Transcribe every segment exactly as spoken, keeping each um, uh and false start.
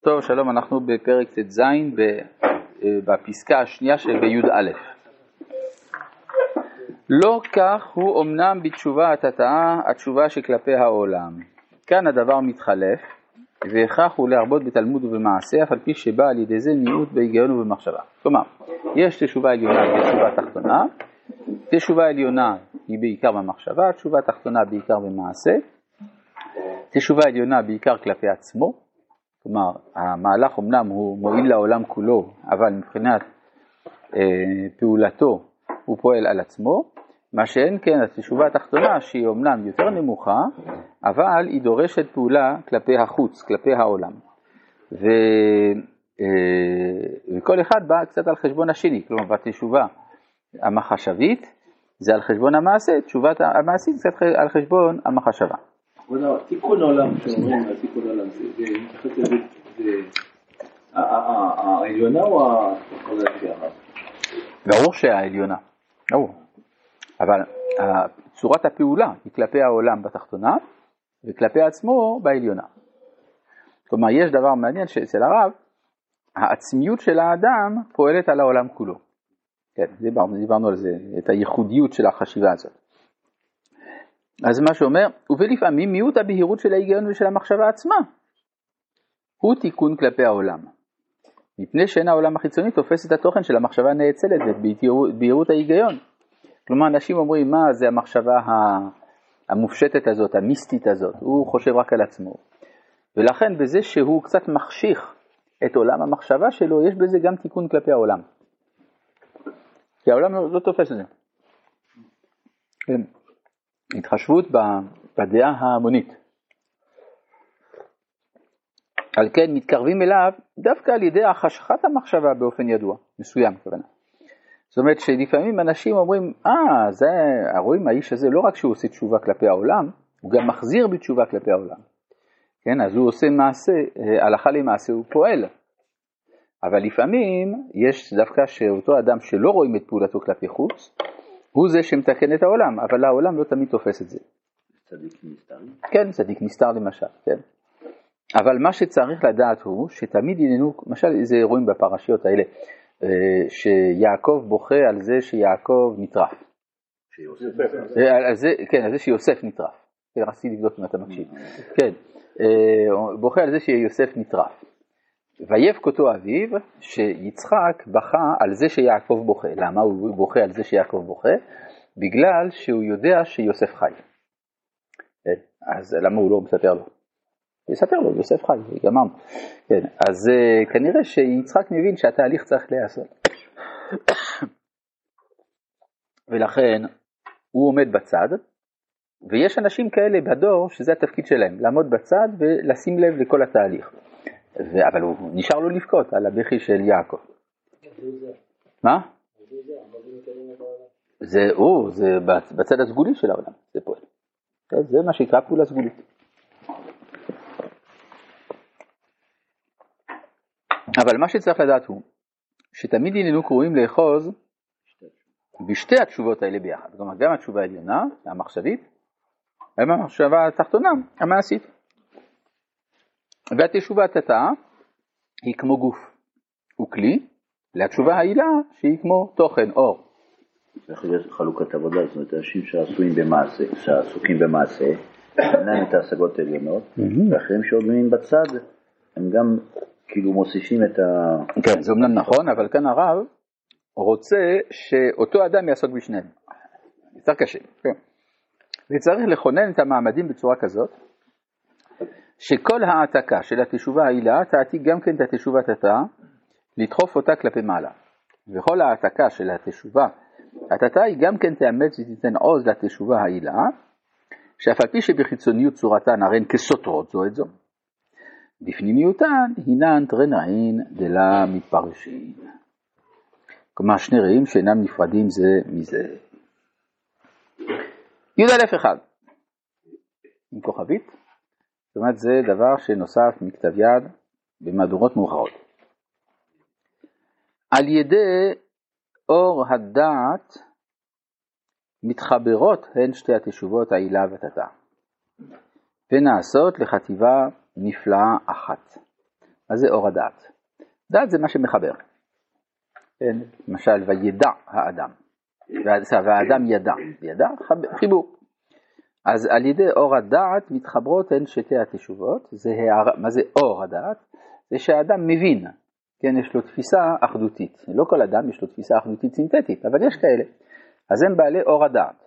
טוב, שלום, אנחנו בפרק ט"ז בפסקה השנייה של בי"א. לא כך הוא אמנם בתשובה התתאה, התשובה שכלפי העולם. כאן הדבר מתחלף, והכרח הוא להרבות בתלמוד ובמעשה, אף על פי שבא על ידי זה מיעוט בהיגיון ובמחשבה. כלומר, יש תשובה עליונה ותשובה תחתונה, תשובה עליונה היא בעיקר במחשבה, תשובה תחתונה בעיקר במעשה, תשובה עליונה בעיקר כלפי עצמו, כלומר, המהלך אמנם הוא מועיל לעולם כולו, אבל מבחינת אה, פעולתו הוא פועל על עצמו, מה שאין כן התשובה התחתונה שהיא אמנם יותר נמוכה, אבל היא דורשת פעולה כלפי החוץ, כלפי העולם. ו, אה, וכל אחד בא קצת על חשבון השני, כלומר בתשובה המחשבית זה על חשבון המעשה, תשובת המעשית קצת על חשבון המחשבה. תיקון העולם שאומרים, תיקון העולם זה העליונה או העליונה? ברור שהעליונה, ברור. אבל צורת הפעולה היא כלפי העולם בתחתונה וכלפי עצמו בעליונה. כלומר, יש דבר מעניין שאצל הרב, העצמיות של האדם פועלת על העולם כולו. כן, דיברנו, דיברנו על זה, את הייחודיות של החשיבה הזאת. אז מה שאומר, ולפעמים מיעוט הבהירות של ההיגיון ושל המחשבה עצמה, הוא תיקון כלפי העולם. מפני שאין העולם החיצוני תופס את התוכן של המחשבה הנאצלת ואת בהירות ההיגיון. כלומר, אנשים אומרים, מה זה המחשבה המופשטת הזאת, המיסטית הזאת, הוא חושב רק על עצמו. ולכן בזה שהוא קצת מחשיך את עולם המחשבה שלו, יש בזה גם תיקון כלפי העולם. כי העולם לא תופס את זה. כן. התחשבות בדעה ההמונית. על כן מתקרבים אליו דווקא על ידי החשכת המחשבה באופן ידוע, מסוים כוונה. זאת אומרת שלפעמים אנשים אומרים, אה, זה, רואים האיש הזה לא רק שהוא עושה תשובה כלפי העולם, הוא גם מחזיר בתשובה כלפי העולם. כן, אז הוא עושה מעשה, הלכה למעשה הוא פועל. אבל לפעמים יש דווקא שאותו אדם שלא רואים את פעולתו כלפי חוץ, הוא זה שמתקן את העולם, אבל העולם לא תמיד תופס את זה. צדיק נסתר? כן, צדיק נסתר למשל, כן. אבל מה שצריך לדעת הוא, שתמיד עניינו, למשל, זה רואים בפרשיות האלה, שיעקב בוכה על זה שיעקב נטרף. שיוסף. על זה, כן, על זה שיוסף נטרף. כן, רציתי לבדוק אם אתה מקשיב. כן, בוכה על זה שיוסף נטרף. ויבך אותו אביו, שיצחק בכה על זה שיעקב בוכה. למה הוא בוכה על זה שיעקב בוכה? בגלל שהוא יודע שיוסף חי. אז למה הוא לא מספר לו? יספר לו, יוסף חי, גמרנו. כן, אז כנראה שיצחק מבין שהתהליך צריך להיעשות. ולכן הוא עומד בצד, ויש אנשים כאלה בדור שזה התפקיד שלהם, לעמוד בצד ולשים לב לכל התהליך. ו... אבל הוא נשאר לו לבכות על הבכי של יעקב. מה? זה הוא, זה בצד הסגולי של העולם, זה פועל. זה מה שיקרא פעולה סגולית. אבל מה שצריך לדעת הוא, שתמיד איננו קרואים לאחוז בשתי התשובות האלה ביחד. כלומר, גם התשובה העליונה, המחשבית, גם המחשבה התחתונה, המעשית. והתשובה התתאה היא כמו גוף וכלי, לתשובה העילה שהיא כמו תוכן, אור. יש חלוקת עבודה, זאת אומרת, אנשים שעשויים במעשה, שעסוקים במעשה, אינם את ההשגות העליונות, ואחרים שעומדים בצד, הם גם כאילו מוסיפים את ה... כן, זה אומנם נכון, אבל כאן הרב רוצה שאותו אדם יעסוק בשניהם. יותר קשה, כן. וצריך לכונן את המעמדים בצורה כזאת, שכל העתקה של התשובה העילה תעתיק גם כן את התשובה התתאה, לדחוף אותה כלפי מעלה. וכל העתקה של התשובה התתאה היא גם כן תאמץ ותיתן עוז לתשובה העילה, שאף על פי שבחיצוניות צורתן הראין כסותרות זו את זו, בפנימיותן הינן תרנעין דלה מתפרשין. כלומר שני רעים שאינם נפרדים זה מזה. י"א אחד עם כוכבית, זאת אומרת זה דבר שנוסף מכתב יד במהדורות מאוחרות. על ידי אור הדעת מתחברות הן שתי התשובות העילה והתתאה, ונעשות לחטיבה נפלאה אחת. מה זה אור הדעת? דעת זה מה שמחבר. כן? למשל, וידע האדם. והאדם ידע. ידע, חיבור. אז על ידי אור הדעת מתחברות הן שתי התשובות. זה הער... מה זה אור הדעת? זה שהאדם מבין. כן, יש לו תפיסה אחדותית. לא כל אדם יש לו תפיסה אחדותית סינתטית, אבל יש כאלה. אז הם בעלי אור הדעת.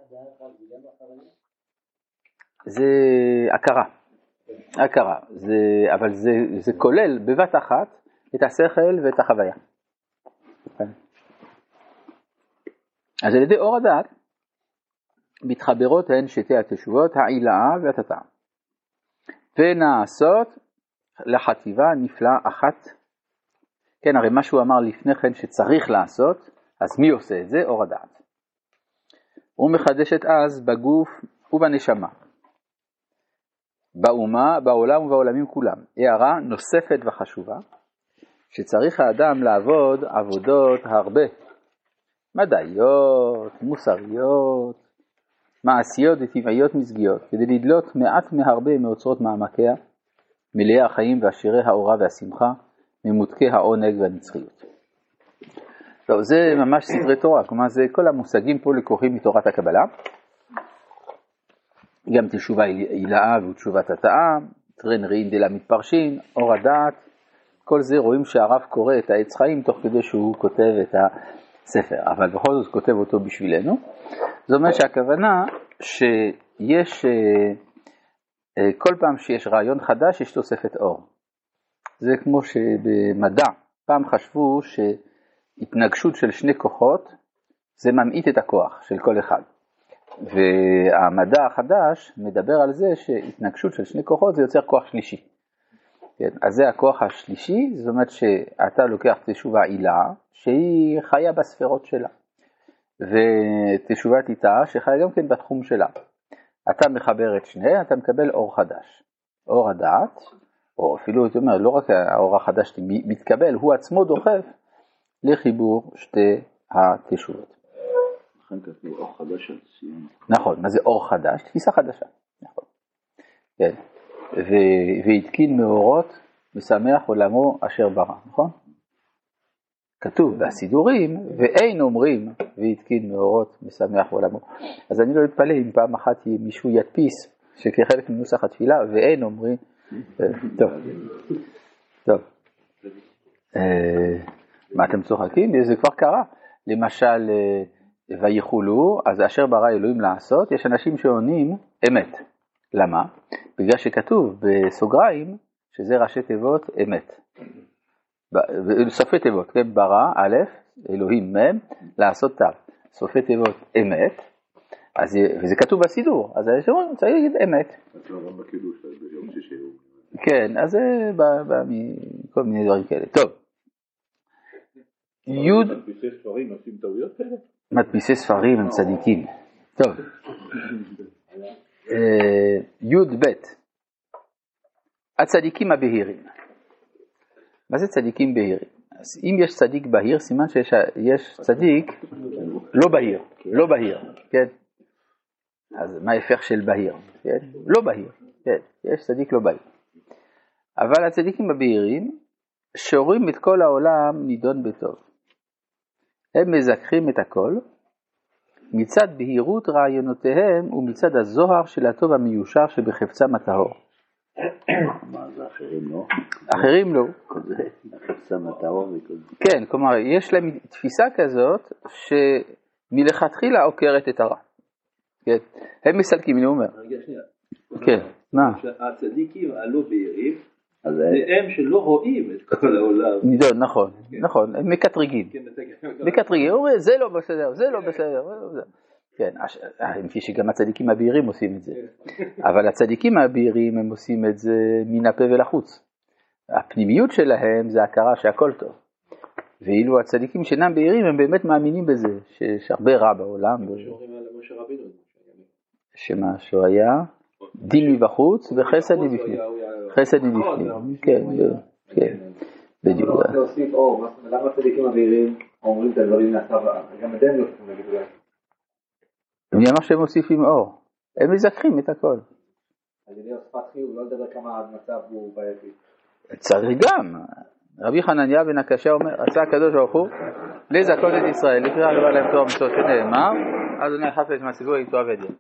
זה הכרה. הכרה. זה, אבל זה, זה כולל בבת אחת את השכל ואת החוויה. אז על ידי אור הדעת מתחברות הן שתי התשובות, העילאה והטעם. ונעשות לחטיבה נפלאה אחת. כן, הרי מה שהוא אמר לפני כן שצריך לעשות, אז מי עושה את זה? אור הדעת. הוא מחדשת אז בגוף ובנשמה, באומה, בעולם ובעולמים כולם. הערה נוספת וחשובה, שצריך האדם לעבוד עבודות הרבה, מדעיות, מוסריות, מעשיות וטבעיות מזגיות, כדי לדלות מעט מהרבה מאוצרות מעמקיה, מלאי החיים ועשירי האורה והשמחה, ממותקי העונג והנצחיות. טוב, זה ממש סדרי תורה, כלומר זה כל המושגים פה לקוחים מתורת הקבלה, גם תשובה הילאה ותשובת הטעם, טרן ראין דלה מתפרשין, אור הדעת, כל זה רואים שהרב קורא את העץ חיים תוך כדי שהוא כותב את הספר, אבל בכל זאת כותב אותו בשבילנו. זאת אומרת שהכוונה שיש, כל פעם שיש רעיון חדש יש תוספת אור. זה כמו שבמדע פעם חשבו שהתנגשות של שני כוחות זה ממעיט את הכוח של כל אחד. והמדע החדש מדבר על זה שהתנגשות של שני כוחות זה יוצר כוח שלישי. כן, אז זה הכוח השלישי, זאת אומרת שאתה לוקח תשובה עילה שהיא חיה בספירות שלה. ותשובת איתה שחיה גם כן בתחום שלה. אתה מחבר את שני, אתה מקבל אור חדש. אור הדעת, או אפילו אתה אומר, לא רק האור החדש מתקבל, הוא עצמו דוחף לחיבור שתי התשובות. לכן כתוב אור חדש על ציון. נכון, מה זה אור חדש? תפיסה חדשה. נכון. כן. והתקין מאורות משמח עולמו אשר ברא, נכון? כתוב בסידורים, ואין אומרים והתקין מאורות משמח עולמו. אז אני לא אתפלא אם פעם אחת מישהו ידפיס שכחלק מנוסח התפילה, ואין אומרים, טוב, טוב. מה אתם צוחקים? זה כבר קרה. למשל, ויחולו, אז אשר ברא אלוהים לעשות, יש אנשים שעונים אמת. למה? בגלל שכתוב בסוגריים שזה ראשי תיבות אמת. סופי תיבות, כן? ברא, א', אלוהים מ', לעשות תו. סופי תיבות אמת, אז, וזה כתוב בסידור, אז יש אומרים, צריך להגיד אמת. אז לא גם בקידוש, ביום שישי. כן, אז זה בא, בא מכל מיני דברים כאלה. טוב. יוד... מדפיסי ספרים עושים טעויות כאלה? מדפיסי ספרים הם צדיקים. טוב. יוד ב' הצדיקים הבהירים. מה זה צדיקים בהירים? אז אם יש צדיק בהיר, סימן שיש צדיק לא בהיר, לא בהיר, כן? אז מה ההפך של בהיר? כן? לא בהיר, כן? יש צדיק לא בהיר. אבל הצדיקים הבהירים שורים את כל העולם נידון בטוב. הם מזכרים את הכל מצד בהירות רעיונותיהם ומצד הזוהר של הטוב המיושר שבחפצם הטהור. מה זה אחרים לא? אחרים לא. חפצם הטהור וכל זה. כן, כלומר יש להם תפיסה כזאת שמלכתחילה עוקרת את הרע. כן, הם מסלקים, אני אומר. רגע שנייה. כן, מה? הצדיקים הלא בהירים, זה הם שלא רואים את כל העולם. נידון, נכון, נכון, הם מקטרגים. מקטרגים, אומרים, זה לא בסדר, זה לא בסדר. כן, כפי שגם הצדיקים הבהירים עושים את זה. אבל הצדיקים הבהירים הם עושים את זה מן הפה ולחוץ. הפנימיות שלהם זה הכרה שהכל טוב. ואילו הצדיקים שאינם בהירים הם באמת מאמינים בזה, שיש הרבה רע בעולם. שאומרים על משה רבינו. שמה שהוא היה דין מבחוץ וחסד מבפנים. חסד מבפנים. כן, כן. בדיוק. להוסיף אור, למה הצדיקים הבהירים אומרים את הדברים מהצבא? גם אתם לא צריכים להגיד אולי. מי אמר שהם מוסיפים אור? הם מזכחים את הכל. אז אני אוספת חיוב, לא לדבר כמה המצב הוא בעייתי. צריך גם. רבי חנניה בן הקשיא אומר, עשה הקדוש ברוך הוא לזכות את ישראל, לקרוא לבעל להם תואר מצוות שנאמר, אדוני חפץ מהציבור איתו עבד.